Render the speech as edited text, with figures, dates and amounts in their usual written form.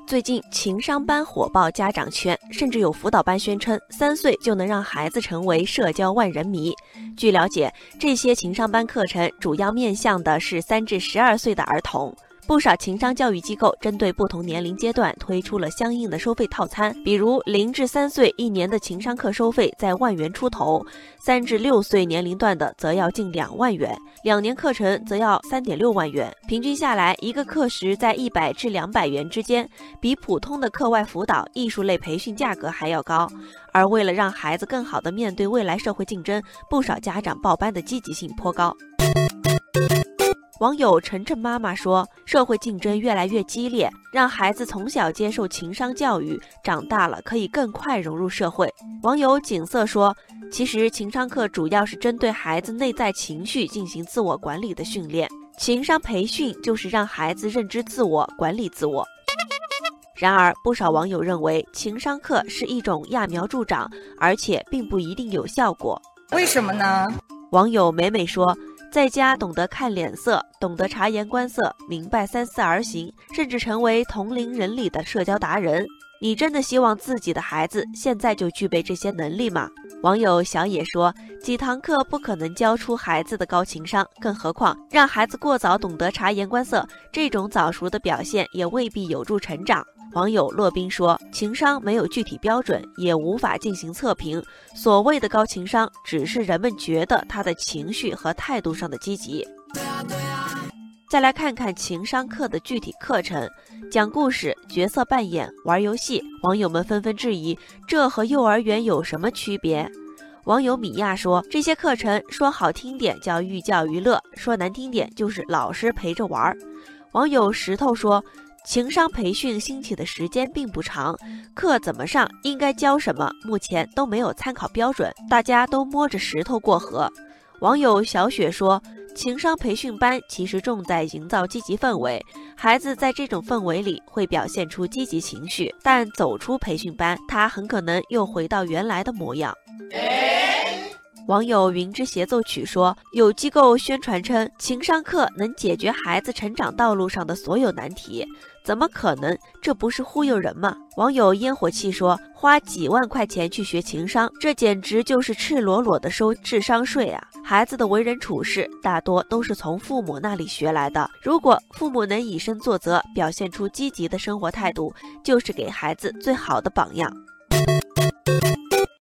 最近情商班火爆家长圈，甚至有辅导班宣称3岁就能让孩子成为社交万人迷。据了解，这些情商班课程主要面向的是3至12岁的儿童。不少情商教育机构针对不同年龄阶段推出了相应的收费套餐，比如0至3岁1年的情商课收费在1万元出头，3至6岁年龄段的则要近2万元，2年课程则要3.6万元。平均下来，一个课时在100至200元之间，比普通的课外辅导、艺术类培训价格还要高。而为了让孩子更好地面对未来社会竞争，不少家长报班的积极性颇高。网友晨晨妈妈说，社会竞争越来越激烈，让孩子从小接受情商教育，长大了可以更快融入社会。网友景色说，其实情商课主要是针对孩子内在情绪进行自我管理的训练，情商培训就是让孩子认知自我，管理自我。然而，不少网友认为情商课是一种揠苗助长，而且并不一定有效果。 为什么呢？ 网友美美说，在家懂得看脸色，懂得察言观色，明白3思而行，甚至成为同龄人里的社交达人。你真的希望自己的孩子现在就具备这些能力吗？网友小野说，几堂课不可能教出孩子的高情商，更何况让孩子过早懂得察言观色，这种早熟的表现也未必有助成长。网友洛宾说，情商没有具体标准，也无法进行测评，所谓的高情商只是人们觉得他的情绪和态度上的积极。再来看看情商课的具体课程，讲故事、角色扮演、玩游戏，网友们纷纷质疑，这和幼儿园有什么区别？网友米娅说，这些课程说好听点叫寓教于乐，说难听点就是老师陪着玩。网友石头说，情商培训兴起的时间并不长，课怎么上，应该教什么，目前都没有参考标准，大家都摸着石头过河。网友小雪说，情商培训班其实重在营造积极氛围，孩子在这种氛围里会表现出积极情绪，但走出培训班，他很可能又回到原来的模样。网友云之协奏曲说，有机构宣传称情商课能解决孩子成长道路上的所有难题，怎么可能？这不是忽悠人吗？网友烟火气说，花几万块钱去学情商，这简直就是赤裸裸的收智商税啊！孩子的为人处事大多都是从父母那里学来的，如果父母能以身作则，表现出积极的生活态度，就是给孩子最好的榜样。